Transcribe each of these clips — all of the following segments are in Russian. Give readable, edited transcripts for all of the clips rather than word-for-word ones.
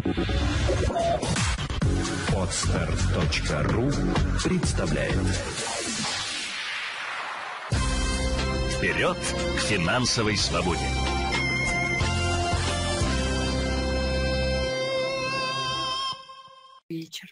Podster.ru представляет. Вперед к финансовой свободе! Вечер.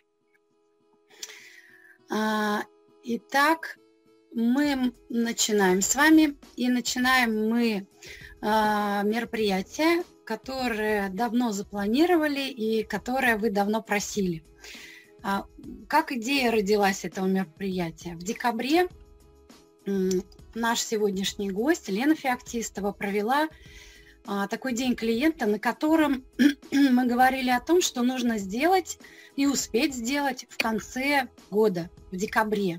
Итак, мы начинаем с вами, и начинаем мы мероприятие, которое давно запланировали и которое вы давно просили. Как идея родилась этого мероприятия? В декабре наш сегодняшний гость Лена Феоктистова провела такой день клиента, на котором мы говорили о том, что нужно сделать и успеть сделать в конце года, в декабре.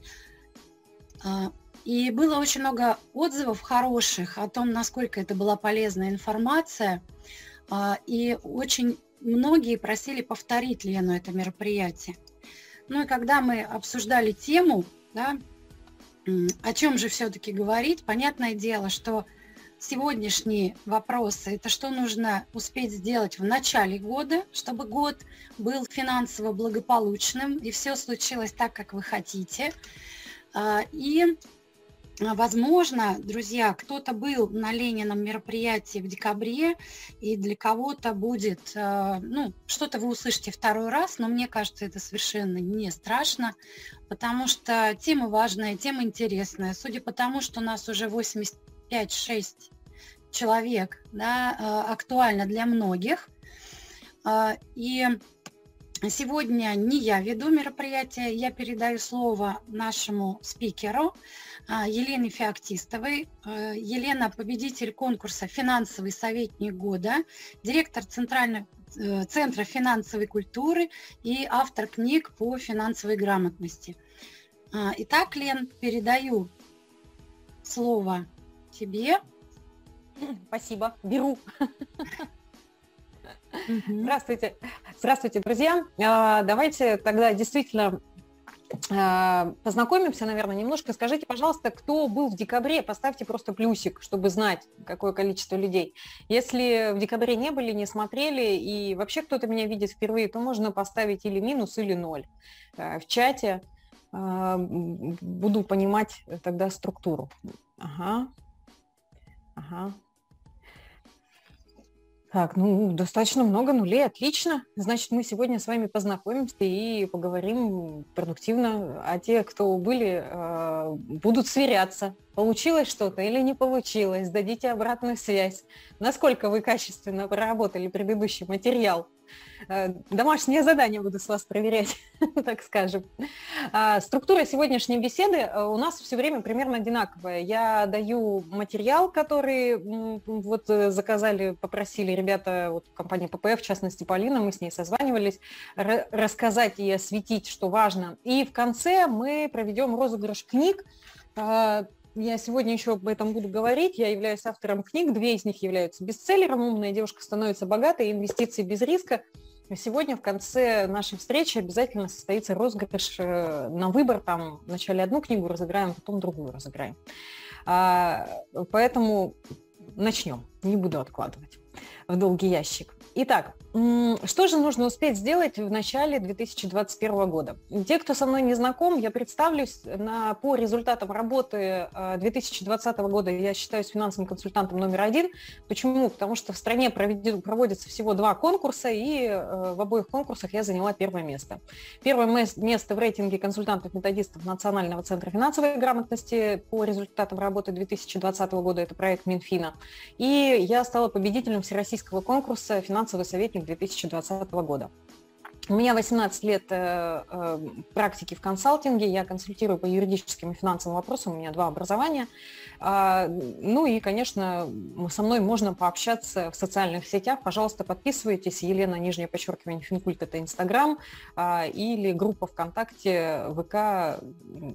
И было очень много отзывов хороших о том, насколько это была полезная информация. И очень многие просили повторить Лену это мероприятие. Ну и когда мы обсуждали тему, да, о чем же все-таки говорить, понятное дело, что сегодняшние вопросы – это что нужно успеть сделать в начале года, чтобы год был финансово благополучным и все случилось так, как вы хотите. И, возможно, друзья, кто-то был на Ленином мероприятии в декабре, и для кого-то будет, что-то вы услышите второй раз, но мне кажется, это совершенно не страшно, потому что тема важная, тема интересная. Судя по тому, что у нас уже 85-6 человек, да, актуально для многих. И сегодня не я веду мероприятие, я передаю слово нашему спикеру Елене Феоктистовой. Елена – победитель конкурса «Финансовый советник года», директор Центра финансовой культуры и автор книг по финансовой грамотности. Итак, Лен, передаю слово тебе. Спасибо, беру. Здравствуйте. Здравствуйте, друзья. Давайте тогда действительно познакомимся, наверное, немножко. Скажите, пожалуйста, кто был в декабре, поставьте просто плюсик, чтобы знать, какое количество людей. Если в декабре не были, не смотрели, и вообще кто-то меня видит впервые, то можно поставить или минус, или 0 в чате. Буду понимать тогда структуру. Ага. Так, достаточно много нулей, отлично. Значит, мы сегодня с вами познакомимся и поговорим продуктивно. А те, кто были, будут сверяться. Получилось что-то или не получилось. Дадите обратную связь. Насколько вы качественно проработали предыдущий материал. Домашнее задание буду с вас проверять, так скажем. Структура сегодняшней беседы у нас все время примерно одинаковая. Я даю материал, который вот заказали, попросили ребята, вот компания ППФ, в частности Полина, мы с ней созванивались, рассказать и осветить, что важно. И в конце мы проведем розыгрыш книг. Я сегодня еще об этом буду говорить. Я являюсь автором книг, 2 из них являются бестселлером «Умная девушка становится богатой» и «Инвестиции без риска». Сегодня в конце нашей встречи обязательно состоится розыгрыш на выбор. Там вначале одну книгу разыграем, потом другую разыграем. Поэтому начнем. Не буду откладывать в долгий ящик. Итак, что же нужно успеть сделать в начале 2021 года? Те, кто со мной не знаком, я представлюсь. По результатам работы 2020 года я считаюсь финансовым консультантом номер 1. Почему? Потому что в стране проводится всего 2 конкурса, и в обоих конкурсах я заняла 1 место. 1 место в рейтинге консультантов-методистов Национального центра финансовой грамотности по результатам работы 2020 года, это проект Минфина. И я стала победителем всероссийского конкурса «Финансовый советник 2020 года». У меня 18 лет практики в консалтинге, я консультирую по юридическим и финансовым вопросам, у меня 2 образования. Ну и, конечно, со мной можно пообщаться в социальных сетях. Пожалуйста, подписывайтесь. Елена, _ Финкульт, это Инстаграм, или группа ВКонтакте, ВК,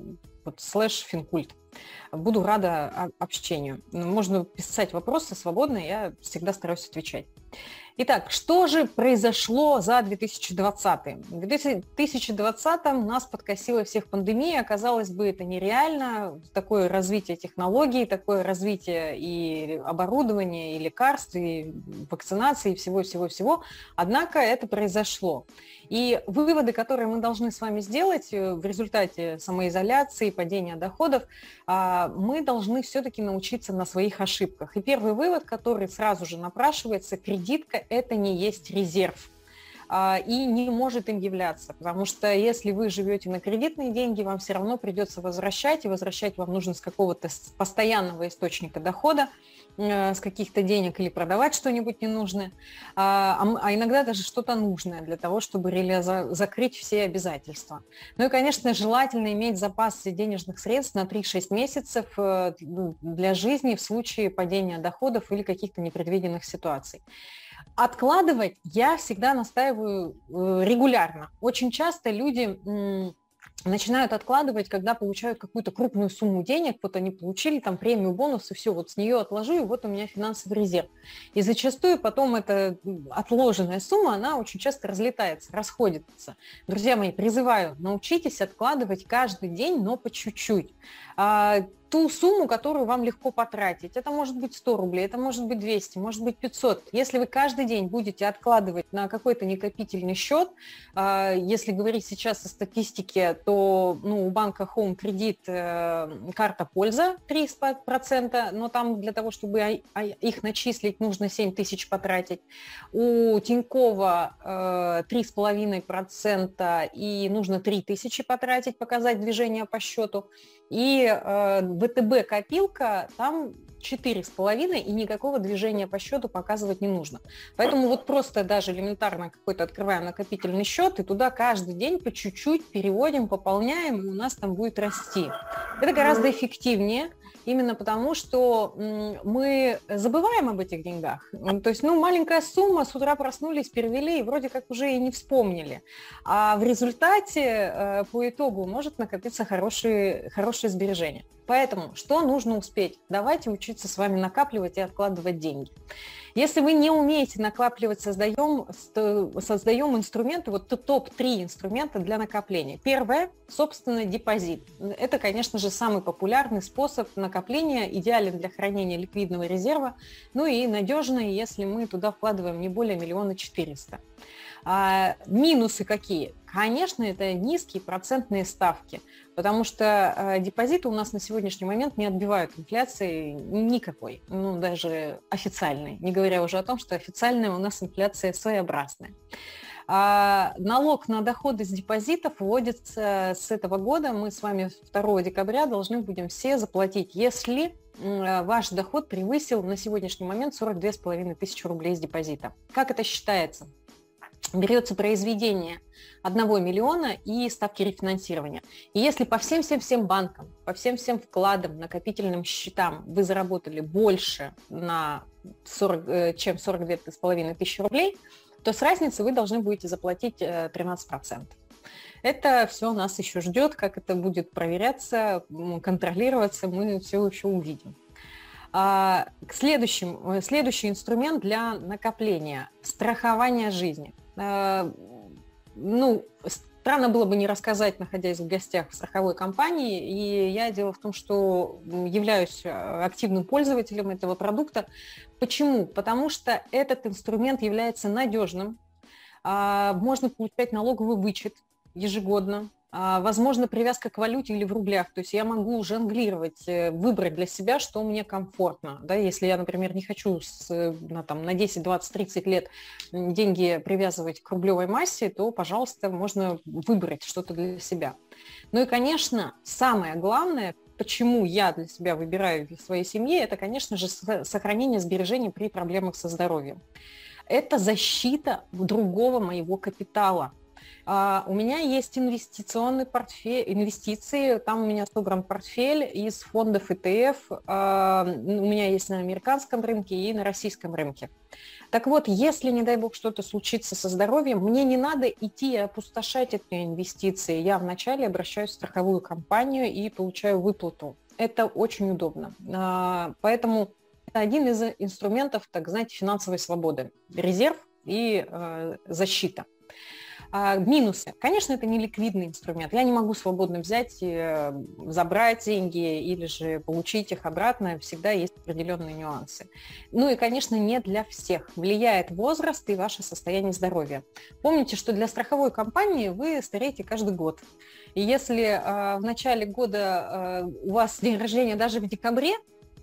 /финкульт. Буду рада общению. Можно писать вопросы свободно, я всегда стараюсь отвечать. Итак, что же произошло за 2020? В 2020 нас подкосила всех пандемия. Казалось бы, это нереально. Такое развитие технологий, такое развитие и оборудования, и лекарств, и вакцинации, и всего-всего-всего. Однако это произошло. И выводы, которые мы должны с вами сделать в результате самоизоляции, падения доходов, мы должны все-таки научиться на своих ошибках. И первый вывод, который сразу же напрашивается: кредитка – это не есть резерв и не может им являться, потому что если вы живете на кредитные деньги, вам все равно придется возвращать, и возвращать вам нужно с какого-то постоянного источника дохода, с каких-то денег, или продавать что-нибудь ненужное, а иногда даже что-то нужное для того, чтобы закрыть все обязательства. Ну и, конечно, желательно иметь запас денежных средств на 3-6 месяцев для жизни в случае падения доходов или каких-то непредвиденных ситуаций. Откладывать я всегда настаиваю регулярно. Очень часто люди начинают откладывать, когда получают какую-то крупную сумму денег, вот они получили там премию, бонус, и все, вот с нее отложу, и вот у меня финансовый резерв. И зачастую потом эта отложенная сумма, она очень часто разлетается, расходится. Друзья мои, призываю, научитесь откладывать каждый день, но по чуть-чуть. Ту сумму, которую вам легко потратить. Это может быть 100 рублей, это может быть 200, может быть 500. Если вы каждый день будете откладывать на какой-то накопительный счет, если говорить сейчас о статистике, то у банка Home Credit карта польза 3%, но там для того, чтобы их начислить, нужно 7 тысяч потратить. У Тинькова 3,5% и нужно 3 тысячи потратить, показать движение по счету. И ВТБ копилка, там 4,5, и никакого движения по счету показывать не нужно. Поэтому вот просто даже элементарно какой-то открываем накопительный счет, и туда каждый день по чуть-чуть переводим, пополняем, и у нас там будет расти. Это гораздо эффективнее, именно потому, что мы забываем об этих деньгах. То есть, маленькая сумма, с утра проснулись, перевели, и вроде как уже и не вспомнили. А в результате, по итогу, может накопиться хорошие сбережения. Поэтому, что нужно успеть? Давайте учиться с вами накапливать и откладывать деньги. Если вы не умеете накапливать, создаем инструменты, вот топ-3 инструмента для накопления. Первое, собственно, депозит. Это, конечно же, самый популярный способ накопления, идеален для хранения ликвидного резерва, и надежный, если мы туда вкладываем не более 1 400 000. Минусы какие? Конечно, это низкие процентные ставки, потому что депозиты у нас на сегодняшний момент не отбивают инфляции никакой, даже официальной, не говоря уже о том, что официальная у нас инфляция своеобразная. Налог на доходы с депозитов вводится с этого года. Мы с вами 2 декабря должны будем все заплатить, если ваш доход превысил на сегодняшний момент 42 500 рублей с депозита. Как это считается? Берется произведение 1 миллиона и ставки рефинансирования. И если по всем банкам, по всем вкладам, накопительным счетам вы заработали больше чем 42 500 рублей, то с разницы вы должны будете заплатить 13%. Это все нас еще ждет, как это будет проверяться, контролироваться, мы все еще увидим. Следующий инструмент для накопления – страхование жизни. Странно было бы не рассказать, находясь в гостях в страховой компании, и дело в том, что являюсь активным пользователем этого продукта. Почему? Потому что этот инструмент является надежным, можно получать налоговый вычет ежегодно, возможно, привязка к валюте или в рублях. То есть я могу жонглировать, выбрать для себя, что мне комфортно. Да? Если я, например, не хочу на 10, 20, 30 лет деньги привязывать к рублевой массе, то, пожалуйста, можно выбрать что-то для себя. Ну и, конечно, самое главное, почему я для себя выбираю в своей семье, это, конечно же, сохранение сбережений при проблемах со здоровьем. Это защита другого моего капитала. У меня есть инвестиционный портфель, инвестиции, там у меня собран портфель из фондов ETF, у меня есть на американском рынке и на российском рынке. Так вот, если, не дай бог, что-то случится со здоровьем, мне не надо идти и опустошать эти инвестиции. Я вначале обращаюсь в страховую компанию и получаю выплату. Это очень удобно. Поэтому это один из инструментов, так знаете, финансовой свободы. Резерв и защита. Минусы. Конечно, это не ликвидный инструмент. Я не могу свободно взять и забрать деньги или же получить их обратно. Всегда есть определенные нюансы. Ну и, конечно, не для всех. Влияет возраст и ваше состояние здоровья. Помните, что для страховой компании вы стареете каждый год. И если в начале года у вас день рождения даже в декабре,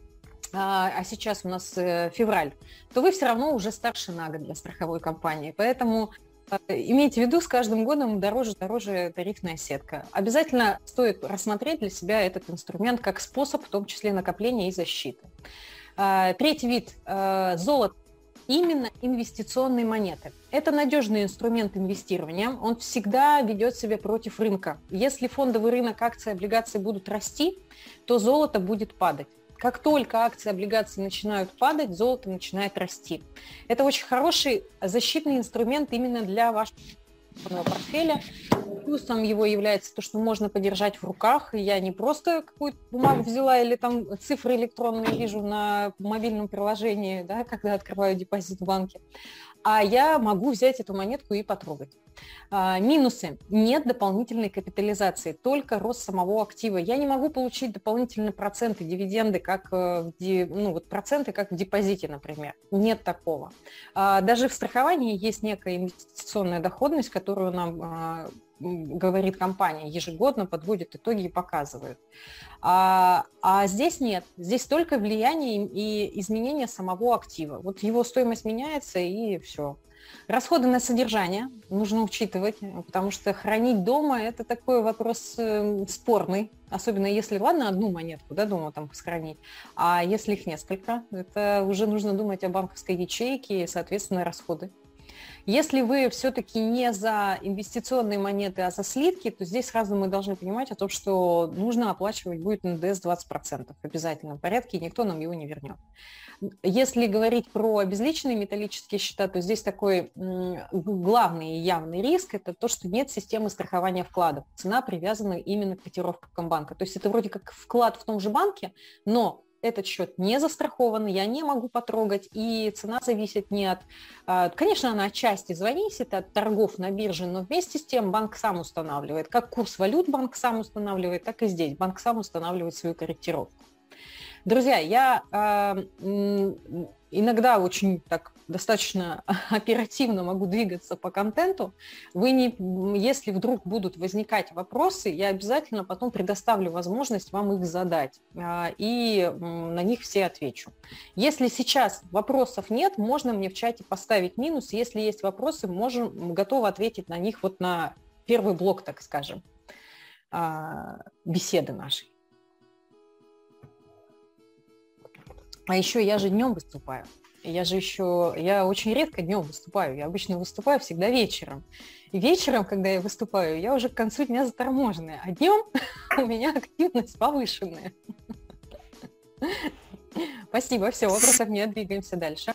а сейчас у нас февраль, то вы все равно уже старше на год для страховой компании. Поэтому имейте в виду, с каждым годом дороже тарифная сетка. Обязательно стоит рассмотреть для себя этот инструмент как способ, в том числе накопления и защиты. Третий вид – золото. Именно инвестиционные монеты. Это надежный инструмент инвестирования. Он всегда ведет себя против рынка. Если фондовый рынок акций и облигаций будут расти, то золото будет падать. Как только акции и облигации начинают падать, золото начинает расти. Это очень хороший защитный инструмент именно для вашего портфеля. Плюсом его является то, что можно подержать в руках. Я не просто какую-то бумагу взяла или там цифры электронные вижу на мобильном приложении, да, когда открываю депозит в банке, а я могу взять эту монетку и потрогать. Минусы. Нет дополнительной капитализации, только рост самого актива. Я не могу получить дополнительные проценты, дивиденды, как проценты, как в депозите, например. Нет такого. Даже в страховании есть некая инвестиционная доходность, которую нам говорит компания, ежегодно подводит итоги и показывает. А здесь нет. Здесь только влияние и изменение самого актива. Вот его стоимость меняется, и все. Расходы на содержание нужно учитывать, потому что хранить дома – это такой вопрос спорный, особенно если, ладно, одну монетку, да, дома там сохранить, а если их несколько, это уже нужно думать о банковской ячейке и, соответственно, расходы. Если вы все-таки не за инвестиционные монеты, а за слитки, то здесь сразу мы должны понимать о том, что нужно оплачивать будет НДС 20% в обязательном порядке, и никто нам его не вернет. Если говорить про обезличенные металлические счета, то здесь такой главный и явный риск – это то, что нет системы страхования вкладов. Цена привязана именно к котировкам банка. То есть это вроде как вклад в том же банке, но этот счет не застрахован, я не могу потрогать, и цена зависит не от… Конечно, она отчасти зависит от торгов на бирже, но вместе с тем банк сам устанавливает. Как курс валют банк сам устанавливает, так и здесь банк сам устанавливает свою корректировку. Друзья, я иногда очень так достаточно оперативно могу двигаться по контенту. Если вдруг будут возникать вопросы, я обязательно потом предоставлю возможность вам их задать, и на них все отвечу. Если сейчас вопросов нет, можно мне в чате поставить минус. Если есть вопросы, готова ответить на них вот на первый блок, так скажем, беседы нашей. А еще я же днем выступаю. Я очень редко днем выступаю. Я обычно выступаю всегда вечером. И вечером, когда я выступаю, я уже к концу дня заторможенная. А днем у меня активность повышенная. Спасибо. Все, вопросов нет. Двигаемся дальше.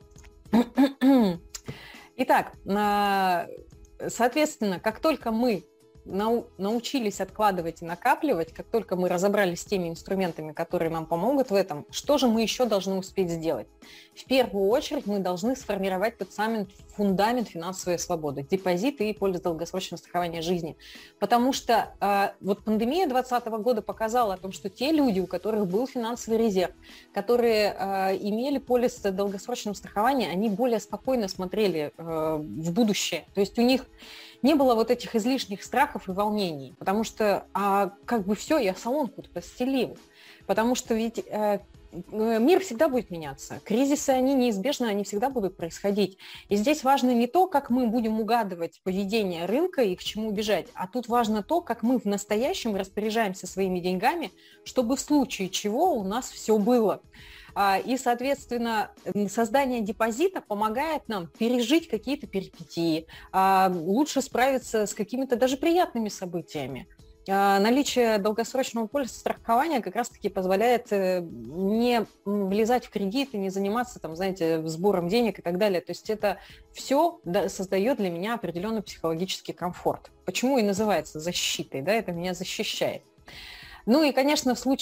Итак, соответственно, как только мы научились откладывать и накапливать, как только мы разобрались с теми инструментами, которые нам помогут в этом, что же мы еще должны успеть сделать? В первую очередь мы должны сформировать тот самый фундамент финансовой свободы, депозиты и полис долгосрочного страхования жизни. Потому что вот пандемия 2020 года показала о том, что те люди, у которых был финансовый резерв, которые имели полис долгосрочного страхования, они более спокойно смотрели в будущее. То есть у них не было вот этих излишних страхов и волнений, потому что как бы все, я соломку постелил. Потому что ведь мир всегда будет меняться. Кризисы, они неизбежны, они всегда будут происходить. И здесь важно не то, как мы будем угадывать поведение рынка и к чему бежать, а тут важно то, как мы в настоящем распоряжаемся своими деньгами, чтобы в случае чего у нас все было. И, соответственно, создание депозита помогает нам пережить какие-то перипетии, лучше справиться с какими-то даже приятными событиями. Наличие долгосрочного полиса страхования как раз-таки позволяет не влезать в кредиты, не заниматься, там, знаете, сбором денег и так далее. То есть это все создает для меня определенный психологический комфорт. Почему и называется защитой, да, это меня защищает. Ну и, конечно, в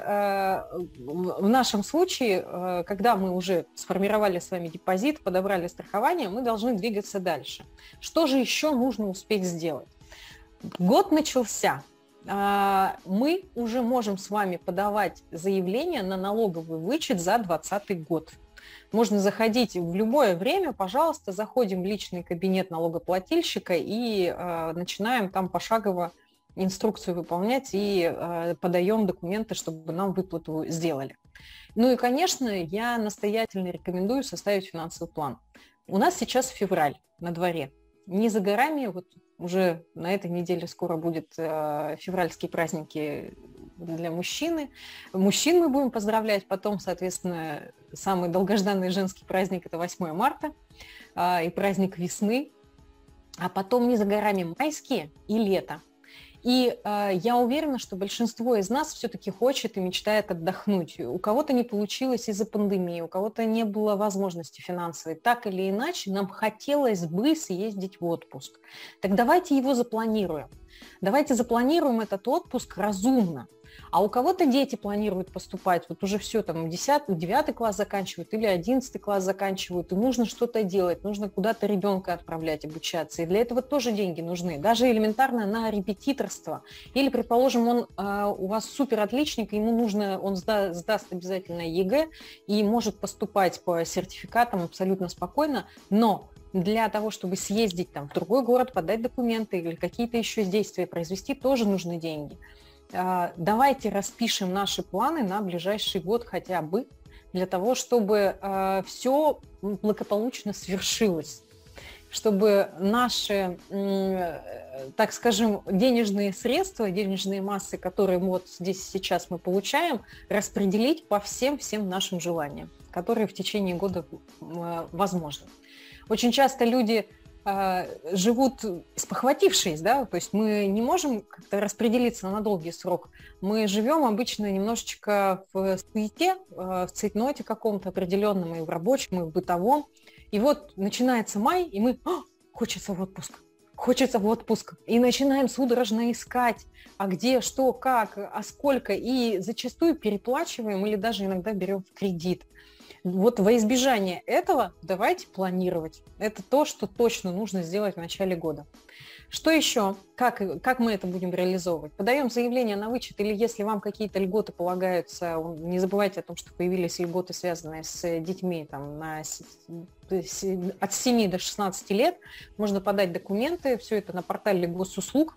нашем случае, когда мы уже сформировали с вами депозит, подобрали страхование, мы должны двигаться дальше. Что же еще нужно успеть сделать? Год начался. Мы уже можем с вами подавать заявление на налоговый вычет за 2020 год. Можно заходить в любое время, пожалуйста, заходим в личный кабинет налогоплательщика и начинаем там пошагово инструкцию выполнять и подаем документы, чтобы нам выплату сделали. Ну и, конечно, я настоятельно рекомендую составить финансовый план. У нас сейчас февраль на дворе. Не за горами, вот уже на этой неделе скоро будут февральские праздники для мужчины. Мужчин мы будем поздравлять, потом, соответственно, самый долгожданный женский праздник – это 8 марта и праздник весны, а потом не за горами майские и лето. И я уверена, что большинство из нас все-таки хочет и мечтает отдохнуть. У кого-то не получилось из-за пандемии, у кого-то не было возможности финансовой. Так или иначе, нам хотелось бы съездить в отпуск. Так давайте его запланируем. Давайте запланируем этот отпуск разумно. А у кого-то дети планируют поступать, вот уже все, там, 9 класс заканчивают или 11 класс заканчивают, и нужно что-то делать, нужно куда-то ребенка отправлять, обучаться, и для этого тоже деньги нужны, даже элементарно на репетиторство. Или, предположим, он у вас суперотличник, ему нужно, он сдаст обязательно ЕГЭ и может поступать по сертификатам абсолютно спокойно, но для того, чтобы съездить там, в другой город, подать документы или какие-то еще действия произвести, тоже нужны деньги. Давайте распишем наши планы на ближайший год хотя бы, для того, чтобы все благополучно свершилось, чтобы наши, так скажем, денежные средства, денежные массы, которые вот здесь сейчас мы получаем, распределить по всем нашим желаниям, которые в течение года возможны. Очень часто люди живут спохватившись, да, то есть мы не можем как-то распределиться на долгий срок. Мы живем обычно немножечко в суете, в цейтноте каком-то определенном, и в рабочем, и в бытовом. И вот начинается май, и мы хочется в отпуск. И начинаем судорожно искать, а где, что, как, а сколько. И зачастую переплачиваем или даже иногда берем в кредит. Вот во избежание этого давайте планировать. Это то, что точно нужно сделать в начале года. Что еще? Как мы это будем реализовывать? Подаем заявление на вычет, или если вам какие-то льготы полагаются, не забывайте о том, что появились льготы, связанные с детьми там, от 7 до 16 лет. Можно подать документы, все это на портале госуслуг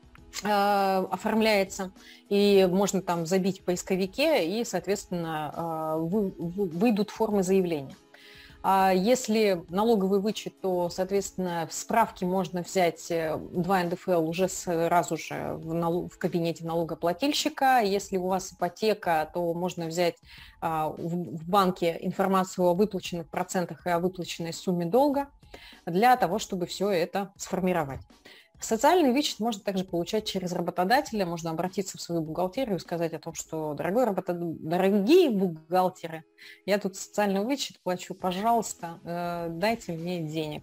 оформляется, и можно там забить в поисковике, и, соответственно, выйдут формы заявления. А если налоговый вычет, то, соответственно, справки можно взять 2 НДФЛ уже сразу же в кабинете налогоплательщика. Если у вас ипотека, то можно взять в банке информацию о выплаченных процентах и о выплаченной сумме долга для того, чтобы все это сформировать. Социальный вычет можно также получать через работодателя, можно обратиться в свою бухгалтерию и сказать о том, что дорогие бухгалтеры, я тут социальный вычет плачу, пожалуйста, дайте мне денег.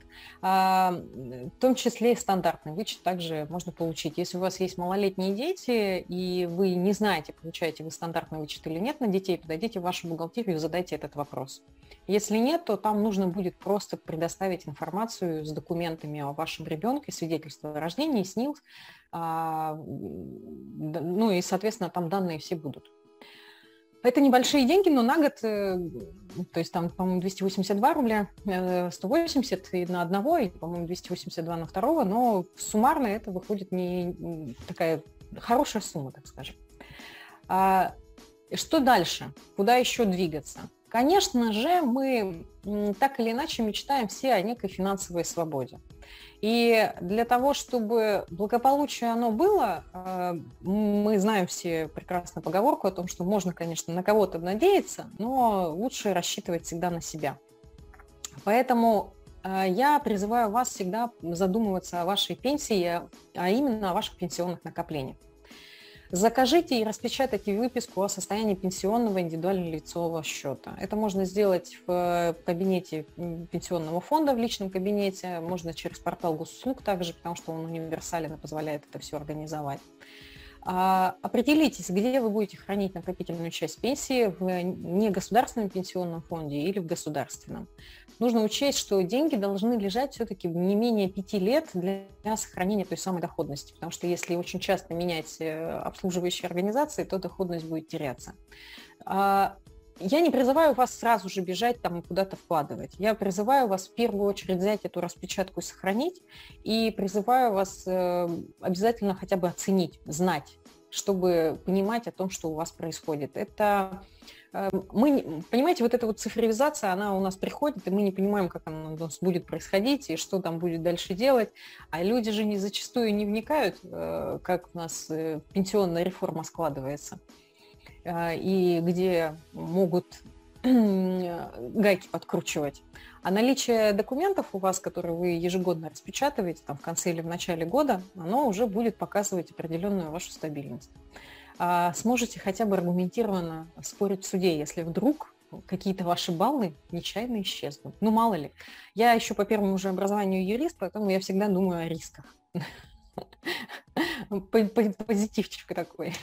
В том числе и стандартный вычет также можно получить. Если у вас есть малолетние дети, и вы не знаете, получаете вы стандартный вычет или нет на детей, подойдите в вашу бухгалтерию и задайте этот вопрос. Если нет, то там нужно будет просто предоставить информацию с документами о вашем ребенке, свидетельство о рождении, СНИЛС, ну и, соответственно, там данные все будут. Это небольшие деньги, но на год, то есть там, по-моему, 282 рубля, 180 и на одного, и, по-моему, 282 на второго, но суммарно это выходит не такая хорошая сумма, так скажем. Что дальше? Куда еще двигаться? Конечно же, мы так или иначе мечтаем все о некой финансовой свободе. И для того, чтобы благополучие оно было, мы знаем все прекрасно поговорку о том, что можно, конечно, на кого-то надеяться, но лучше рассчитывать всегда на себя. Поэтому я призываю вас всегда задумываться о вашей пенсии, а именно о ваших пенсионных накоплениях. Закажите и распечатайте выписку о состоянии пенсионного индивидуального лицевого счета. Это можно сделать в кабинете пенсионного фонда, в личном кабинете, можно через портал госуслуг также, потому что он универсален и позволяет это все организовать. Определитесь, где вы будете хранить накопительную часть пенсии, в негосударственном пенсионном фонде или в государственном. Нужно учесть, что деньги должны лежать все-таки не менее 5 лет для сохранения той самой доходности, потому что если очень часто менять обслуживающие организации, то доходность будет теряться. Я не призываю вас сразу же бежать там и куда-то вкладывать. Я призываю вас в первую очередь взять эту распечатку и сохранить, и призываю вас обязательно хотя бы оценить, знать, чтобы понимать о том, что у вас происходит. Это мы, понимаете, вот эта вот цифровизация, она у нас приходит, и мы не понимаем, как она у нас будет происходить и что там будет дальше делать. А люди же зачастую не вникают, как у нас пенсионная реформа складывается, и где могут гайки подкручивать. А наличие документов у вас, которые вы ежегодно распечатываете там, в конце или в начале года, оно уже будет показывать определенную вашу стабильность. Сможете хотя бы аргументированно спорить в суде, если вдруг какие-то ваши баллы нечаянно исчезнут. Ну, мало ли. Я еще по первому же образованию юрист, поэтому я всегда думаю о рисках. Позитивчик такой.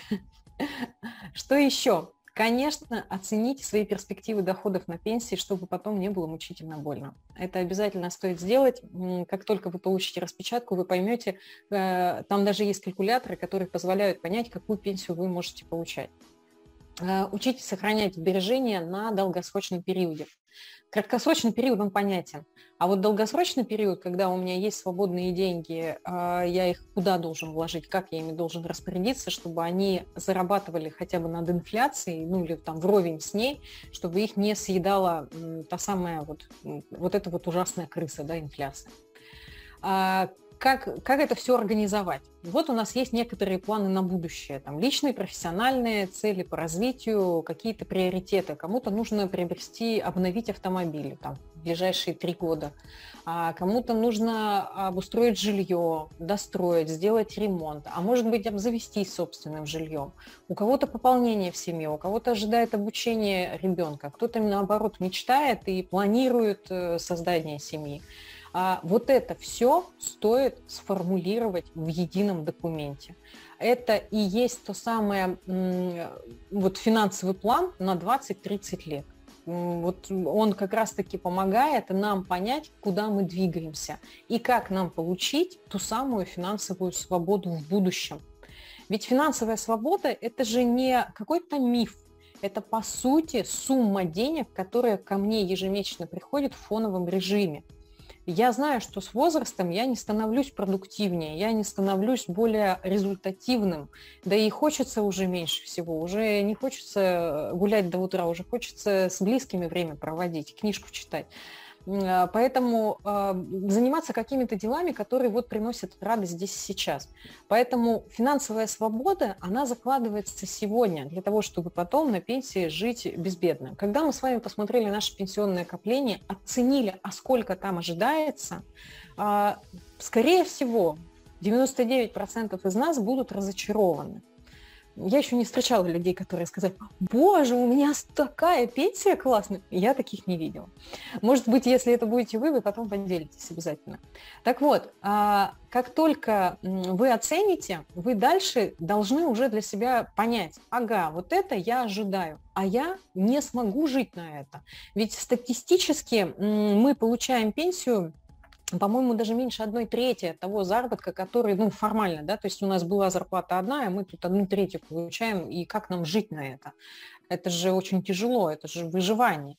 Что еще? Конечно, оцените свои перспективы доходов на пенсии, чтобы потом не было мучительно больно. Это обязательно стоит сделать. Как только вы получите распечатку, вы поймете, там даже есть калькуляторы, которые позволяют понять, какую пенсию вы можете получать. Учитесь сохранять сбережения на долгосрочном периоде. Краткосрочный период, он понятен. А вот долгосрочный период, когда у меня есть свободные деньги, я их куда должен вложить, как я ими должен распорядиться, чтобы они зарабатывали хотя бы над инфляцией, ну или там вровень с ней, чтобы их не съедала та самая вот эта вот ужасная крыса, да, инфляция. Как это все организовать? Вот у нас есть некоторые планы на будущее, там личные, профессиональные, цели по развитию, какие-то приоритеты. Кому-то нужно приобрести, обновить автомобиль там, в ближайшие 3 года, а кому-то нужно обустроить жилье, достроить, сделать ремонт, а может быть обзавестись собственным жильем. У кого-то пополнение в семье, у кого-то ожидает обучение ребенка, кто-то наоборот мечтает и планирует создание семьи. Вот это все стоит сформулировать в едином документе. Это и есть то самое вот финансовый план на 20-30 лет. Вот он как раз-таки помогает нам понять, куда мы двигаемся и как нам получить ту самую финансовую свободу в будущем. Ведь финансовая свобода – это же не какой-то миф, это по сути сумма денег, которая ко мне ежемесячно приходит в фоновом режиме. Я знаю, что с возрастом я не становлюсь продуктивнее, я не становлюсь более результативным, да и хочется уже меньше всего, уже не хочется гулять до утра, уже хочется с близкими время проводить, книжку читать. Поэтому заниматься какими-то делами, которые вот приносят радость здесь и сейчас. Поэтому финансовая свобода, она закладывается сегодня для того, чтобы потом на пенсии жить безбедно. Когда мы с вами посмотрели наше пенсионное накопление, оценили, а сколько там ожидается, скорее всего, 99% из нас будут разочарованы. Я еще не встречала людей, которые сказали: «Боже, у меня такая пенсия классная». Я таких не видела. Может быть, если это будете вы потом поделитесь обязательно. Так вот, как только вы оцените, вы дальше должны уже для себя понять: ага, вот это я ожидаю, а я не смогу жить на это. Ведь статистически мы получаем пенсию, по-моему, даже меньше 1/3 того заработка, который, формально, да, то есть у нас была зарплата одна, а мы тут 1/3 получаем, и как нам жить на это? Это же очень тяжело, это же выживание.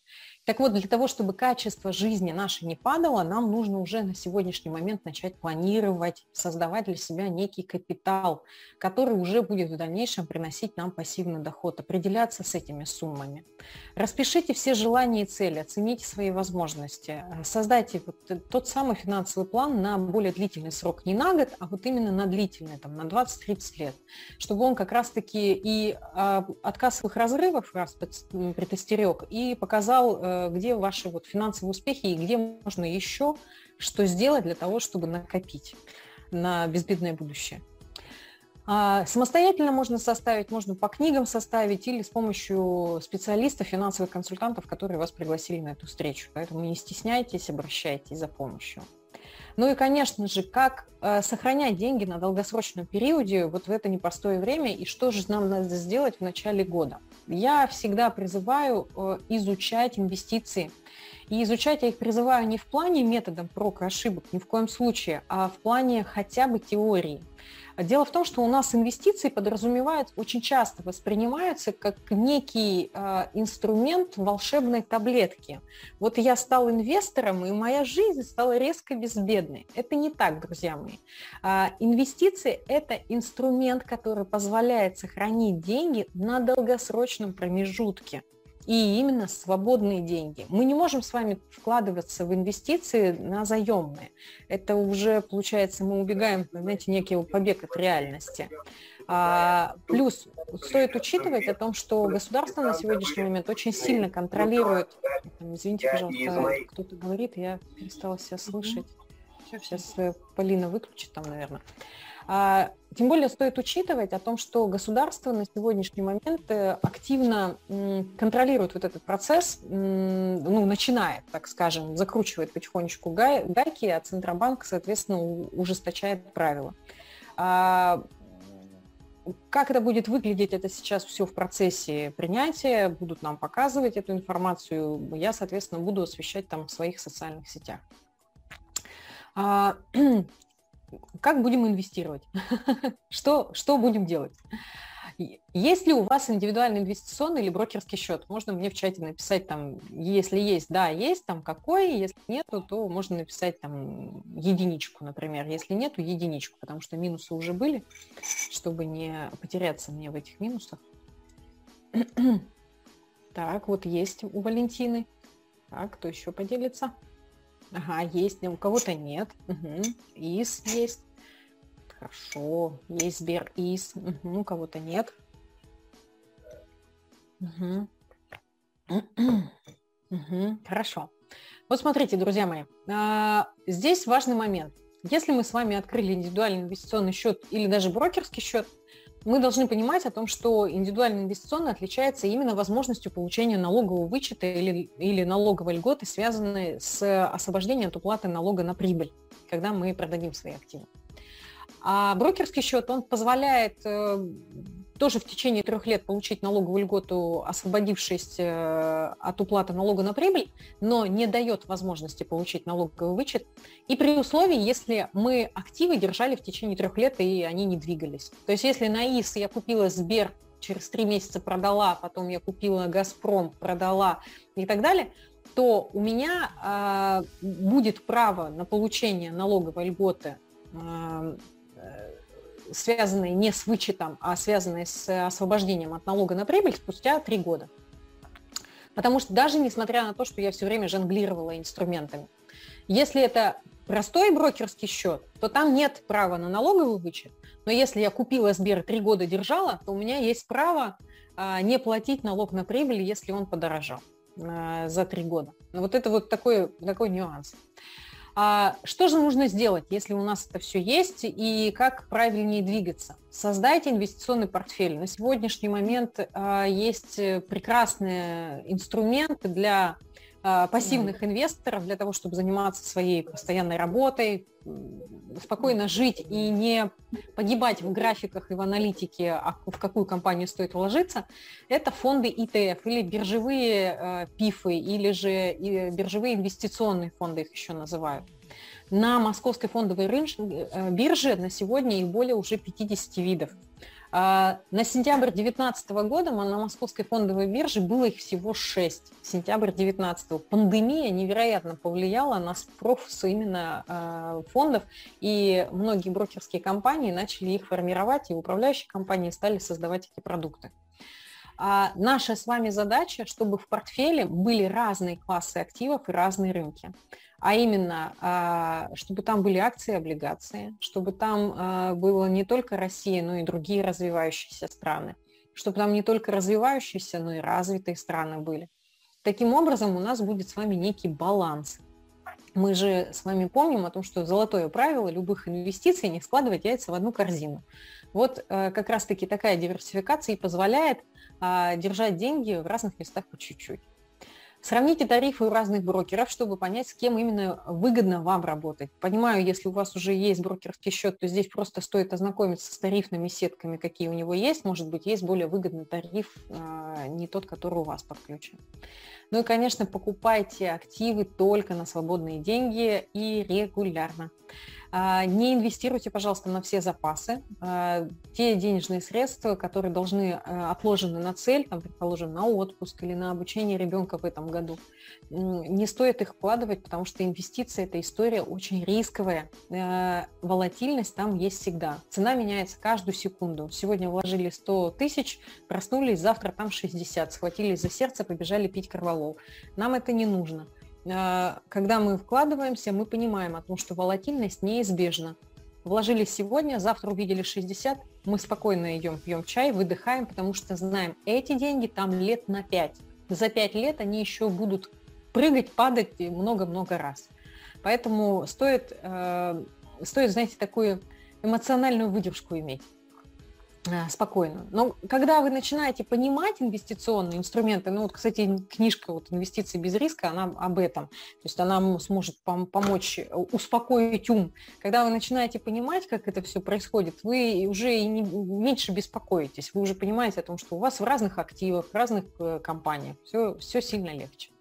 Так вот, для того, чтобы качество жизни нашей не падало, нам нужно уже на сегодняшний момент начать планировать, создавать для себя некий капитал, который уже будет в дальнейшем приносить нам пассивный доход, определяться с этими суммами. Распишите все желания и цели, оцените свои возможности, создайте вот тот самый финансовый план на более длительный срок, не на год, а вот именно на длительный, там, на 20-30 лет, чтобы он как раз-таки и от кассовых разрывов раз предостерег и показал, где ваши вот финансовые успехи и где можно еще что сделать для того, чтобы накопить на безбедное будущее. Самостоятельно можно составить, можно по книгам составить или с помощью специалистов, финансовых консультантов, которые вас пригласили на эту встречу. Поэтому не стесняйтесь, обращайтесь за помощью. Ну и, конечно же, как сохранять деньги на долгосрочном периоде вот в это непростое время и что же нам надо сделать в начале года. Я всегда призываю изучать инвестиции. И изучать я их призываю не в плане методом проб и ошибок, ни в коем случае, а в плане хотя бы теории. Дело в том, что у нас инвестиции подразумевают, очень часто воспринимаются как некий инструмент волшебной таблетки. Вот я стал инвестором, и моя жизнь стала резко безбедной. Это не так, друзья мои. Инвестиции – это инструмент, который позволяет сохранить деньги на долгосрочном промежутке. И именно свободные деньги. Мы не можем с вами вкладываться в инвестиции на заемные. Это уже, получается, мы убегаем, знаете, некий побег от реальности. Плюс стоит учитывать о том, что государство на сегодняшний момент очень сильно контролирует... Извините, пожалуйста, кто-то говорит, я перестала себя слышать. Сейчас Полина выключит там, наверное. Тем более стоит учитывать о том, что государство на сегодняшний момент активно контролирует вот этот процесс, ну, начинает, так скажем, закручивает потихонечку гайки, а Центробанк, соответственно, ужесточает правила. Как это будет выглядеть, это сейчас все в процессе принятия, будут нам показывать эту информацию, я, соответственно, буду освещать там в своих социальных сетях. Как будем инвестировать? Что будем делать? Есть ли у вас индивидуальный инвестиционный или брокерский счет? Можно мне в чате написать, там, если есть, да, есть, там, какой, если нету, то можно написать там единичку, например, если нету, единичку, потому что минусы уже были, чтобы не потеряться мне в этих минусах. Так, вот есть у Валентины. Так, кто еще поделится? Ага, есть, у кого-то нет. Угу. ИС есть. Хорошо. Есть Сбер ИС. Угу. У кого-то нет. Угу. Угу. Хорошо. Вот смотрите, друзья мои. Здесь важный момент. Если мы с вами открыли индивидуальный инвестиционный счет или даже брокерский счет, мы должны понимать о том, что индивидуальный инвестиционный отличается именно возможностью получения налогового вычета или налоговой льготы, связанной с освобождением от уплаты налога на прибыль, когда мы продадим свои активы. А брокерский счет, он позволяет тоже в течение 3 лет получить налоговую льготу, освободившись от уплаты налога на прибыль, но не дает возможности получить налоговый вычет, и при условии, если мы активы держали в течение 3 лет, и они не двигались. То есть если на ИС я купила Сбер, через 3 месяца продала, потом я купила Газпром, продала и так далее, то у меня будет право на получение налоговой льготы, связанные не с вычетом, а связанные с освобождением от налога на прибыль спустя 3 года. Потому что даже несмотря на то, что я все время жонглировала инструментами, если это простой брокерский счет, то там нет права на налоговый вычет, но если я купила Сбер 3 года держала, то у меня есть право не платить налог на прибыль, если он подорожал за 3 года. Вот это вот такой нюанс. Что же нужно сделать, если у нас это все есть, и как правильнее двигаться? Создайте инвестиционный портфель. На сегодняшний момент есть прекрасные инструменты для пассивных инвесторов, для того, чтобы заниматься своей постоянной работой, спокойно жить и не погибать в графиках и в аналитике, в какую компанию стоит вложиться. Это фонды ETF или биржевые ПИФы, или же биржевые инвестиционные фонды их еще называют. На Московской фондовой бирже на сегодня их более уже 50 видов. На сентябрь 2019 года на Московской фондовой бирже было их всего 6. Сентябрь 2019. Пандемия невероятно повлияла на спрос именно фондов, и многие брокерские компании начали их формировать, и управляющие компании стали создавать эти продукты. А наша с вами задача, чтобы в портфеле были разные классы активов и разные рынки. А именно, чтобы там были акции и облигации, чтобы там было не только Россия, но и другие развивающиеся страны, чтобы там не только развивающиеся, но и развитые страны были. Таким образом, у нас будет с вами некий баланс. Мы же с вами помним о том, что золотое правило любых инвестиций – не складывать яйца в одну корзину. Вот как раз-таки такая диверсификация и позволяет держать деньги в разных местах по чуть-чуть. Сравните тарифы у разных брокеров, чтобы понять, с кем именно выгодно вам работать. Понимаю, если у вас уже есть брокерский счет, то здесь просто стоит ознакомиться с тарифными сетками, какие у него есть. Может быть, есть более выгодный тариф, не тот, который у вас подключен. Ну и, конечно, покупайте активы только на свободные деньги и регулярно. Не инвестируйте, пожалуйста, на все запасы. Те денежные средства, которые должны отложены на цель, там, предположим, на отпуск или на обучение ребенка в этом году, не стоит их вкладывать, потому что инвестиции – это история очень рисковая. Волатильность там есть всегда. Цена меняется каждую секунду. Сегодня вложили 100 тысяч, проснулись, завтра там 60, схватились за сердце, побежали пить корвалол. Нам это не нужно. Когда мы вкладываемся, мы понимаем о том, что волатильность неизбежна. Вложили сегодня, завтра увидели 60, мы спокойно идем, пьем чай, выдыхаем, потому что знаем, эти деньги там лет на 5. За 5 лет они еще будут прыгать, падать много-много раз. Поэтому стоит, знаете, такую эмоциональную выдержку иметь. Спокойно. Но когда вы начинаете понимать инвестиционные инструменты, ну вот, кстати, книжка вот «Инвестиции без риска», она об этом, то есть она сможет помочь успокоить ум. Когда вы начинаете понимать, как это все происходит, вы уже и меньше беспокоитесь, вы уже понимаете о том, что у вас в разных активах, в разных компаниях все сильно легче.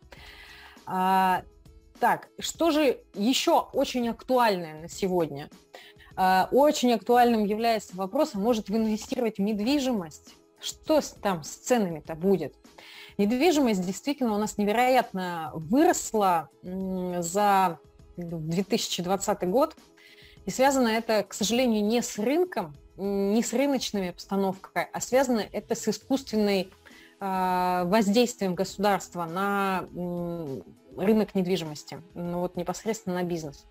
Так, что же еще очень актуальное на сегодня? Очень актуальным является вопрос, а может инвестировать в недвижимость? Что там с ценами-то будет? Недвижимость действительно у нас невероятно выросла за 2020 год. И связано это, к сожалению, не с рынком, не с рыночными обстановкой, а связано это с искусственным воздействием государства на рынок недвижимости, ну вот непосредственно на бизнес.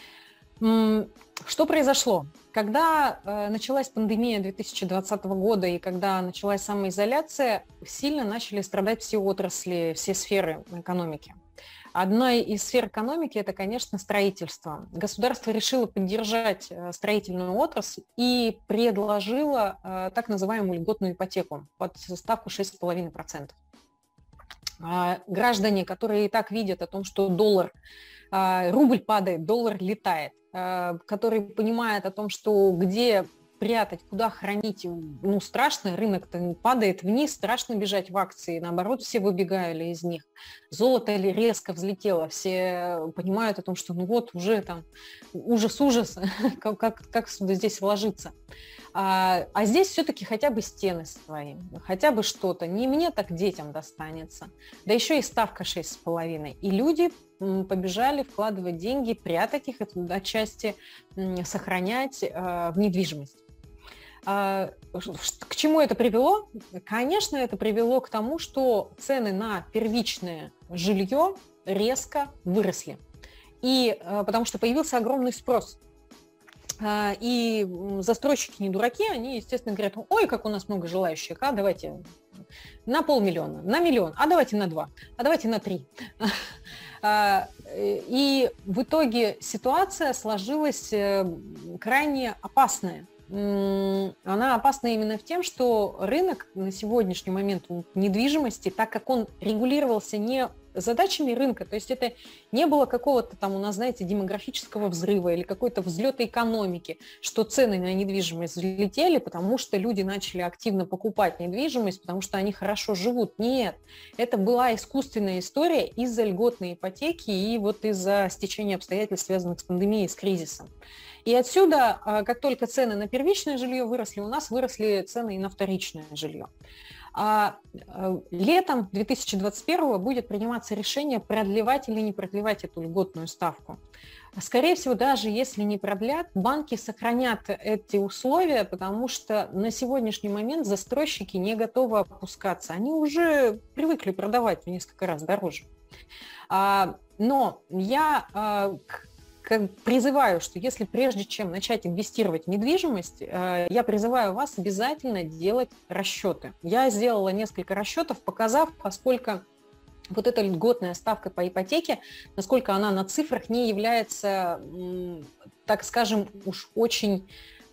Что произошло? Когда началась пандемия 2020 года и когда началась самоизоляция, сильно начали страдать все отрасли, все сферы экономики. Одна из сфер экономики – это, конечно, строительство. Государство решило поддержать строительную отрасль и предложило так называемую льготную ипотеку под ставку 6,5%. Граждане, которые и так видят о том, что рубль падает, доллар летает, которые понимают о том, что где прятать, куда хранить, ну, страшно, рынок-то падает вниз, страшно бежать в акции, наоборот, все выбегали из них. Золото резко взлетело, все понимают о том, что ну вот уже там ужас-ужас, как здесь вложиться. А здесь все-таки хотя бы стены свои, хотя бы что-то. Не мне, так детям достанется. Да еще и ставка 6,5. И люди побежали вкладывать деньги, прятать их отчасти, сохранять в недвижимость. К чему это привело? Конечно, это привело к тому, что цены на первичное жилье резко выросли. И потому что появился огромный спрос. И застройщики не дураки, они, естественно, говорят, ой, как у нас много желающих, давайте на 500 000, на 1 000 000, давайте на 2, давайте на 3. И в итоге ситуация сложилась крайне опасная. Она опасна именно в тем, что рынок на сегодняшний момент недвижимости, так как он регулировался не задачами рынка. То есть это не было какого-то там у нас, знаете, демографического взрыва или какой-то взлета экономики, что цены на недвижимость взлетели, потому что люди начали активно покупать недвижимость, потому что они хорошо живут. Нет, это была искусственная история из-за льготной ипотеки и вот из-за стечения обстоятельств, связанных с пандемией, с кризисом. И отсюда, как только цены на первичное жилье выросли, у нас выросли цены и на вторичное жилье. Летом 2021 будет приниматься решение, продлевать или не продлевать эту льготную ставку. Скорее всего, даже если не продлят, банки сохранят эти условия, потому что на сегодняшний момент застройщики не готовы опускаться. Они уже привыкли продавать в несколько раз дороже. Но я призываю, что если прежде чем начать инвестировать в недвижимость, я призываю вас обязательно делать расчеты. Я сделала несколько расчетов, показав, поскольку вот эта льготная ставка по ипотеке, насколько она на цифрах не является, так скажем, уж очень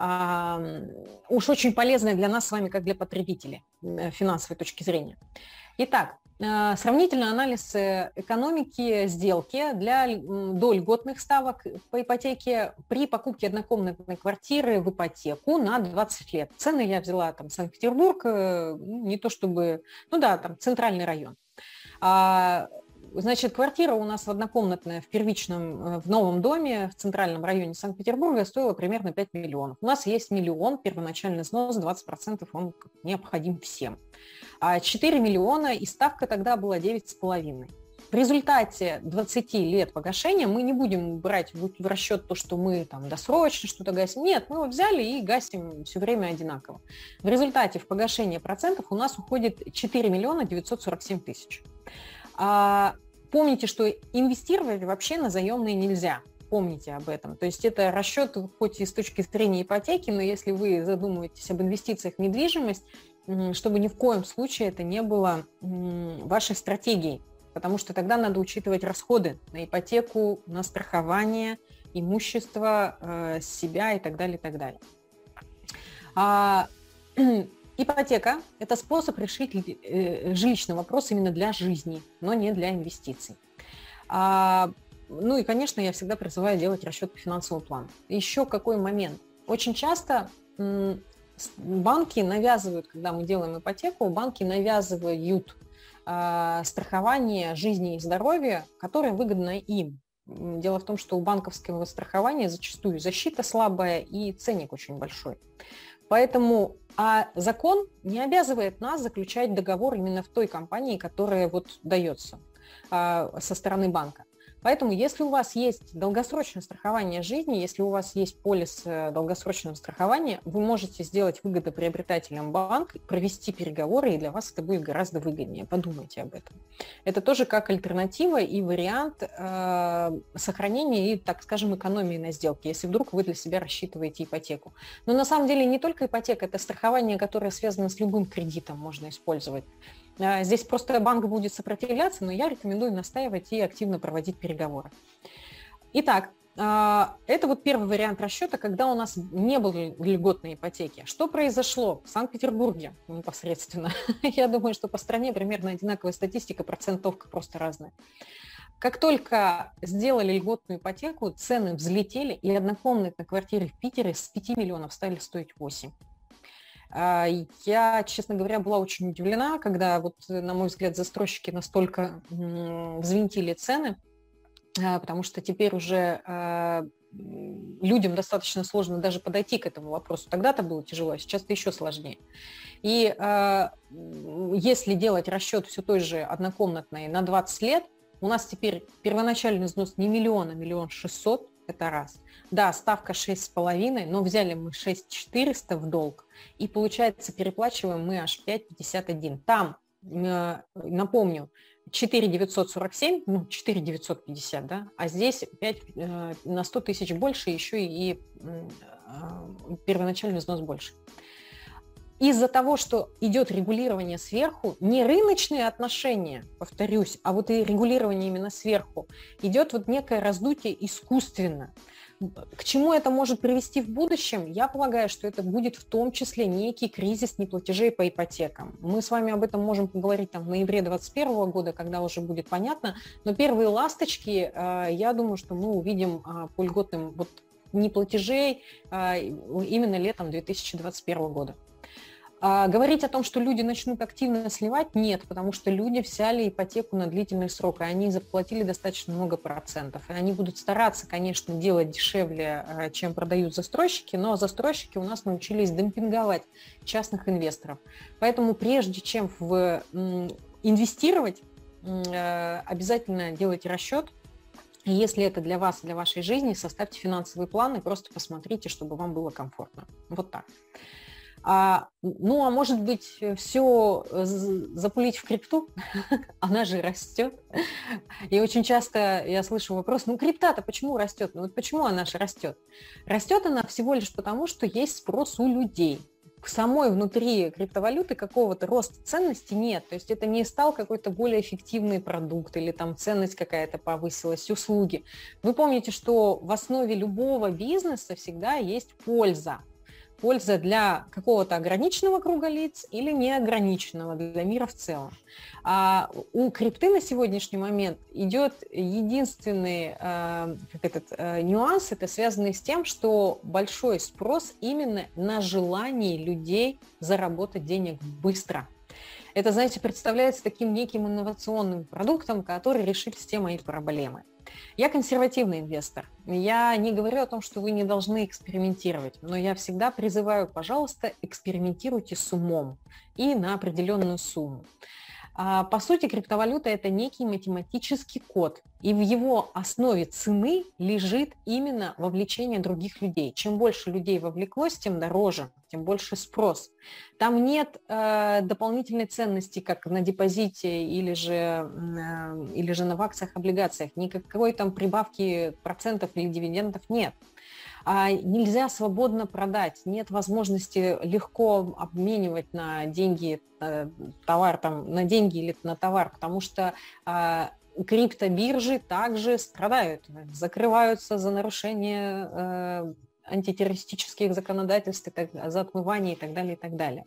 полезной для нас с вами, как для потребителей, финансовой точки зрения. Итак, сравнительный анализ экономики сделки до льготных ставок по ипотеке при покупке однокомнатной квартиры в ипотеку на 20 лет. Цены я взяла там Санкт-Петербург, не то чтобы, там центральный район. Значит, квартира у нас однокомнатная в новом доме в центральном районе Санкт-Петербурга стоила примерно 5 миллионов. У нас есть миллион, первоначальный взнос, 20% он необходим всем. 4 миллиона, и ставка тогда была 9,5. В результате 20 лет погашения мы не будем брать в расчет то, что мы там досрочно что-то гасим. Нет, мы его взяли и гасим все время одинаково. В результате в погашение процентов у нас уходит 4 миллиона 947 тысяч. Помните, что инвестировать вообще на заемные нельзя. Помните об этом. То есть это расчет хоть и с точки зрения ипотеки, но если вы задумываетесь об инвестициях в недвижимость, чтобы ни в коем случае это не было вашей стратегией, потому что тогда надо учитывать расходы на ипотеку, на страхование, имущество, себя и так далее, и так далее. Ипотека – это способ решить жилищный вопрос именно для жизни, но не для инвестиций. И, конечно, я всегда призываю делать расчет по финансовому плану. Еще какой момент. Очень часто банки навязывают, когда мы делаем ипотеку, банки навязывают страхование жизни и здоровья, которое выгодно им. Дело в том, что у банковского страхования зачастую защита слабая и ценник очень большой. Поэтому закон не обязывает нас заключать договор именно в той компании, которая дается со стороны банка. Поэтому, если у вас есть долгосрочное страхование жизни, если у вас есть полис долгосрочного страхования, вы можете сделать выгодоприобретателям банк, провести переговоры, и для вас это будет гораздо выгоднее. Подумайте об этом. Это тоже как альтернатива и вариант сохранения и, так скажем, экономии на сделке, если вдруг вы для себя рассчитываете ипотеку. Но на самом деле не только ипотека, это страхование, которое связано с любым кредитом, можно использовать. Здесь просто банк будет сопротивляться, но я рекомендую настаивать и активно проводить переговоры. Итак, это первый вариант расчета, когда у нас не было льготной ипотеки. Что произошло в Санкт-Петербурге непосредственно? Я думаю, что по стране примерно одинаковая статистика, процентовка просто разная. Как только сделали льготную ипотеку, цены взлетели, и однокомнатные квартиры в Питере с 5 миллионов стали стоить 8. Я, честно говоря, была очень удивлена, когда, на мой взгляд, застройщики настолько взвинтили цены, потому что теперь уже людям достаточно сложно даже подойти к этому вопросу. Тогда-то было тяжело, а сейчас-то еще сложнее. И если делать расчет все той же однокомнатной на 20 лет, у нас теперь первоначальный взнос не миллион, а 1 600 000, это раз. Да, ставка 6,5, но взяли мы 6 400 в долг, и, получается, переплачиваем мы аж 5,51. Там, напомню, 4 947, 4 950, да, а здесь 5 на 100 тысяч больше, еще и первоначальный взнос больше. Из-за того, что идет регулирование сверху, не рыночные отношения, повторюсь, а и регулирование именно сверху, идет некое раздутие искусственно. К чему это может привести в будущем? Я полагаю, что это будет в том числе некий кризис неплатежей по ипотекам. Мы с вами об этом можем поговорить в ноябре 2021 года, когда уже будет понятно. Но первые ласточки, я думаю, что мы увидим по льготным неплатежей именно летом 2021 года. Говорить о том, что люди начнут активно сливать, нет, потому что люди взяли ипотеку на длительный срок, и они заплатили достаточно много процентов. И они будут стараться, конечно, делать дешевле, чем продают застройщики, но застройщики у нас научились демпинговать частных инвесторов. Поэтому прежде чем инвестировать, обязательно делайте расчет. И если это для вас, для вашей жизни, составьте финансовый план и просто посмотрите, чтобы вам было комфортно. Вот так. А может быть, все запулить в крипту, она же растет. И очень часто я слышу вопрос, крипта-то почему растет? Почему она же растет? Растет она всего лишь потому, что есть спрос у людей. Самой внутри криптовалюты какого-то роста ценности нет. То есть это не стал какой-то более эффективный продукт или там ценность какая-то повысилась, услуги. Вы помните, что в основе любого бизнеса всегда есть польза. Польза для какого-то ограниченного круга лиц или неограниченного для мира в целом. А у крипты на сегодняшний момент идет единственный нюанс, это связанный с тем, что большой спрос именно на желание людей заработать денег быстро. Это, знаете, представляется таким неким инновационным продуктом, который решит все мои проблемы. Я консервативный инвестор. Я не говорю о том, что вы не должны экспериментировать, но я всегда призываю, пожалуйста, экспериментируйте с умом и на определенную сумму. По сути, криптовалюта – это некий математический код, и в его основе цены лежит именно вовлечение других людей. Чем больше людей вовлеклось, тем дороже, тем больше спрос. Там нет дополнительной ценности, как на депозите или же на акциях, облигациях. Никакой там прибавки процентов или дивидендов нет. Нельзя свободно продать, нет возможности легко обменивать на деньги товар, на деньги или на товар, потому что криптобиржи также страдают, закрываются за нарушение антитеррористических законодательств, за отмывание и так далее, и так далее.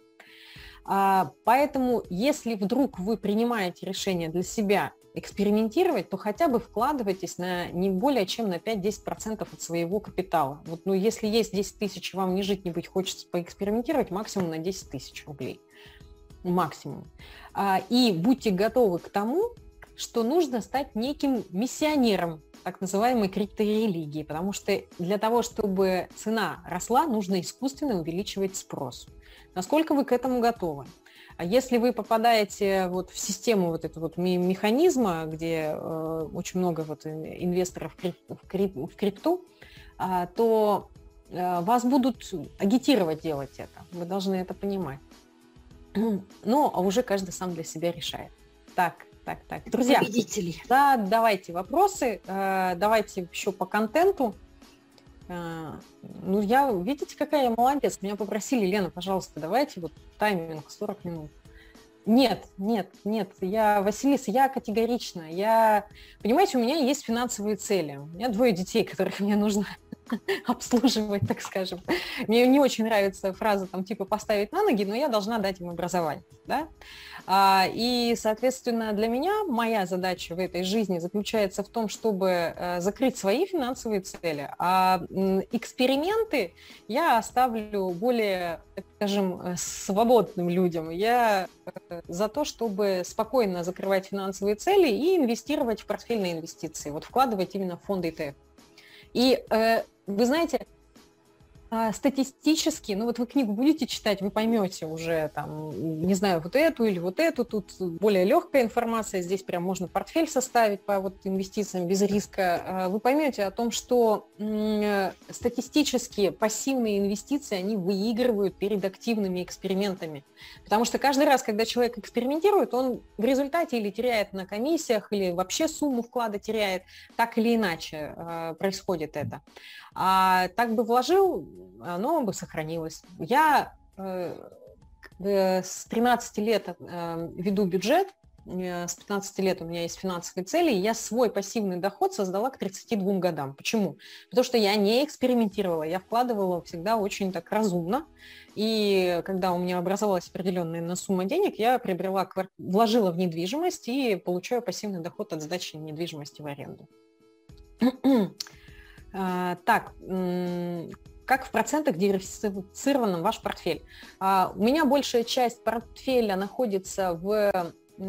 Поэтому, если вдруг вы принимаете решение для себя экспериментировать, то хотя бы вкладывайтесь не более чем на 5-10% от своего капитала. Если есть 10 тысяч, вам ни жить, ни быть, хочется поэкспериментировать, максимум на 10 тысяч рублей. Максимум. И будьте готовы к тому, что нужно стать неким миссионером так называемой крипторелигии, потому что для того, чтобы цена росла, нужно искусственно увеличивать спрос. Насколько вы к этому готовы? А если вы попадаете в систему этого механизма, где очень много инвесторов в крипту, то вас будут агитировать делать это. Вы должны это понимать. Но уже каждый сам для себя решает. Так. Друзья, победителей. Да, давайте вопросы, давайте еще по контенту. Видите, какая я молодец. Меня попросили, Лена, пожалуйста, давайте тайминг 40 минут. Нет, Василиса, я категорична. Понимаете, у меня есть финансовые цели. У меня 2 детей, которых мне нужно обслуживать, так скажем. Мне не очень нравится фраза поставить на ноги, но я должна дать им образование. Да? И, соответственно, для меня моя задача в этой жизни заключается в том, чтобы закрыть свои финансовые цели, а эксперименты я оставлю более, так скажем, свободным людям. Я за то, чтобы спокойно закрывать финансовые цели и инвестировать в портфельные инвестиции, вкладывать именно в фонды ETF. И вы знаете, статистически, вы книгу будете читать, вы поймете уже, не знаю, эту или эту, тут более легкая информация, здесь прям можно портфель составить по инвестициям без риска. Вы поймете о том, что статистически пассивные инвестиции, они выигрывают перед активными экспериментами. Потому что каждый раз, когда человек экспериментирует, он в результате или теряет на комиссиях, или вообще сумму вклада теряет, так или иначе происходит это. А так бы вложил, оно бы сохранилось. Я с 13 лет веду бюджет, с 15 лет у меня есть финансовые цели, и я свой пассивный доход создала к 32 годам. Почему? Потому что я не экспериментировала, я вкладывала всегда очень так разумно. И когда у меня образовалась определенная сумма денег, я вложила в недвижимость и получаю пассивный доход от сдачи недвижимости в аренду. Так, как в процентах диверсифицирован ваш портфель? У меня большая часть портфеля находится в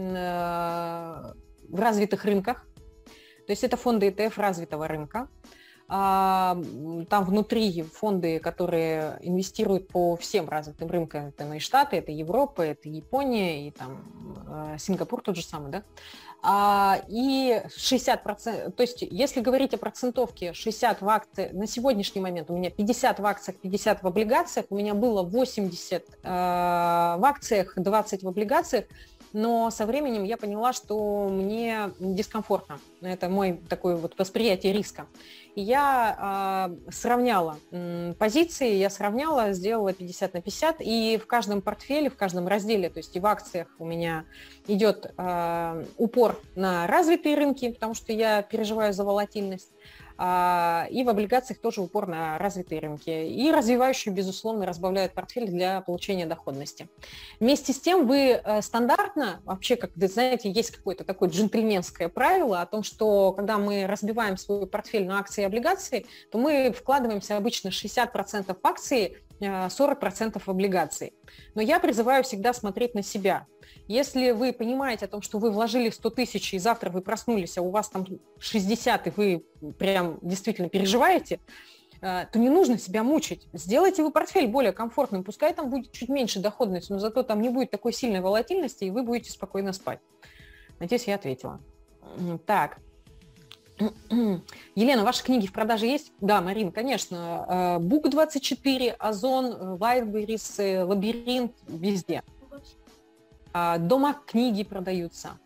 развитых рынках, то есть это фонды ETF развитого рынка. Там внутри фонды, которые инвестируют по всем развитым рынкам, это и Штаты, это Европа, это Япония, и там Сингапур тот же самый, да? И 60%, то есть если говорить о процентовке, 60 в акции, на сегодняшний момент у меня 50 в акциях, 50 в облигациях, у меня было 80 в акциях, 20 в облигациях, но со временем я поняла, что мне дискомфортно. Это мой такой вот восприятие риска. И я сравняла позиции, сделала 50 на 50, и в каждом портфеле, в каждом разделе, то есть и в акциях у меня идет упор на развитые рынки, потому что я переживаю за волатильность, и в облигациях тоже упор на развитые рынки. И развивающие, безусловно, разбавляют портфель для получения доходности. Вместе с тем вы стандартно, вообще, как вы знаете, есть какое-то такое джентльменское правило о том, что когда мы разбиваем свой портфель на акции и облигации, то мы вкладываемся обычно 60% в акции, 40% в облигации. Но я призываю всегда смотреть на себя. Если вы понимаете о том, что вы вложили 100 тысяч, и завтра вы проснулись, а у вас там 60, и вы прям действительно переживаете, то не нужно себя мучить. Сделайте вы портфель более комфортным, пускай там будет чуть меньше доходности, но зато там не будет такой сильной волатильности, и вы будете спокойно спать. Надеюсь, я ответила. Так. Елена, ваши книги в продаже есть? Да, Марин, конечно. Бук24, Озон, Wildberries, Лабиринт, везде. Дома книги продаются.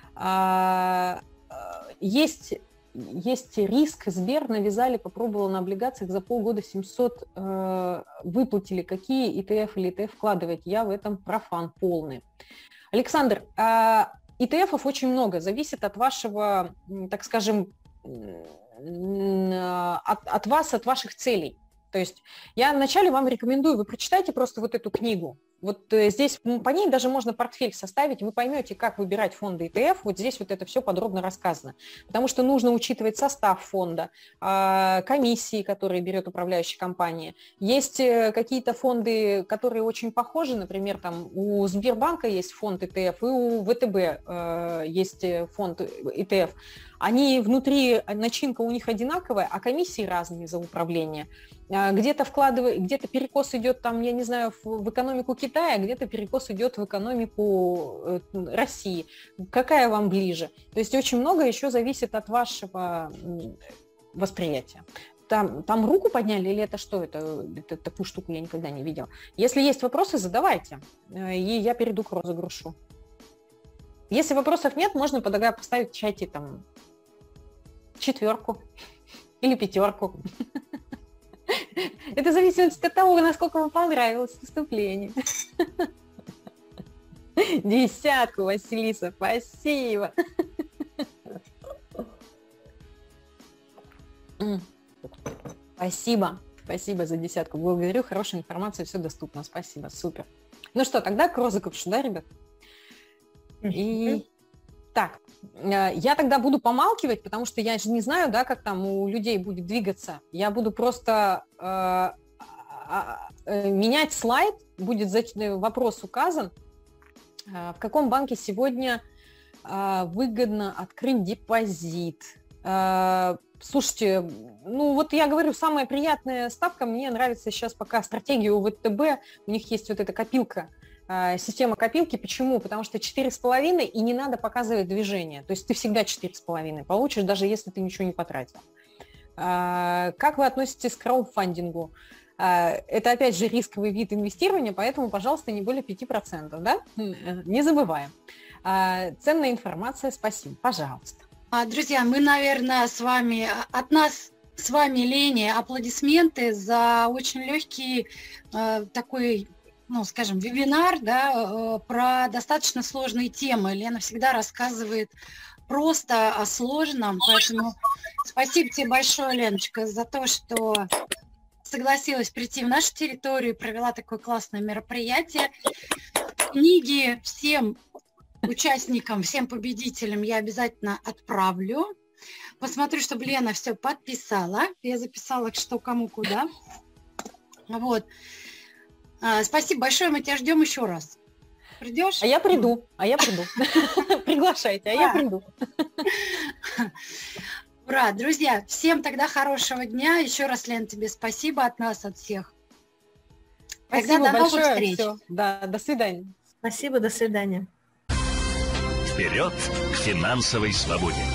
Есть риск, Сбер навязали, попробовала на облигациях за полгода 700 выплатили. Какие ETF или ETF вкладывать? Я в этом профан полный. Александр, ETF-ов очень много, зависит от вашего, так скажем, от вас, от ваших целей. То есть я вначале вам рекомендую, вы прочитайте просто вот эту книгу. Вот здесь по ней даже можно портфель составить, вы поймете, как выбирать фонды ETF, вот здесь вот это все подробно рассказано. Потому что нужно учитывать состав фонда, комиссии, которые берет управляющая компания. Есть какие-то фонды, которые очень похожи, например, там у Сбербанка есть фонд ETF, и у ВТБ есть фонд ETF. Они внутри, начинка у них одинаковая, а комиссии разные за управление. Где-то где-то перекос идет там, я не знаю, в экономику Китая, где-то перекос идет в экономику России. Какая вам ближе? То есть очень много еще зависит от вашего восприятия. Там руку подняли или это что? Это такую штуку я никогда не видела. Если есть вопросы, задавайте, и я перейду к розыгрышу. Если вопросов нет, можно поставить в чате там 4 или 5. Это зависит от того, насколько вам понравилось выступление. 10, Василиса, спасибо. Спасибо за 10. Благодарю, хорошая информация, все доступно. Спасибо, супер. Ну что, тогда к розыгрышу, да, ребят? И так, я тогда буду помалкивать, потому что я же не знаю, да, как там у людей будет двигаться. Я буду просто менять слайд, будет вопрос указан. В каком банке сегодня выгодно открыть депозит? Слушайте, ну вот я говорю, самая приятная ставка, мне нравится сейчас пока стратегия у ВТБ, у них есть вот эта копилка. Система копилки. Почему? Потому что 4,5 и не надо показывать движение. То есть ты всегда 4,5 получишь, даже если ты ничего не потратил. Как вы относитесь к краудфандингу? Это, опять же, рисковый вид инвестирования, поэтому, пожалуйста, не более 5%. Да? Не забываем. Ценная информация, спасибо. Пожалуйста. Друзья, мы, наверное, с вами, от нас с вами, Лене, аплодисменты за очень легкий такой ну, скажем, вебинар, да, про достаточно сложные темы. Лена всегда рассказывает просто о сложном, поэтому спасибо тебе большое, Леночка, за то, что согласилась прийти в нашу территорию и провела такое классное мероприятие. Книги всем участникам, всем победителям я обязательно отправлю. Посмотрю, чтобы Лена все подписала. Я записала, что кому куда. Вот. Спасибо большое, мы тебя ждем еще раз. Придешь? А я приду. Приглашайте, а я приду. Ура, друзья, всем тогда хорошего дня. Еще раз, Лен, тебе спасибо от нас, от всех. Спасибо большое. Все. Да, до свидания. Спасибо, до свидания. Вперед к финансовой свободе!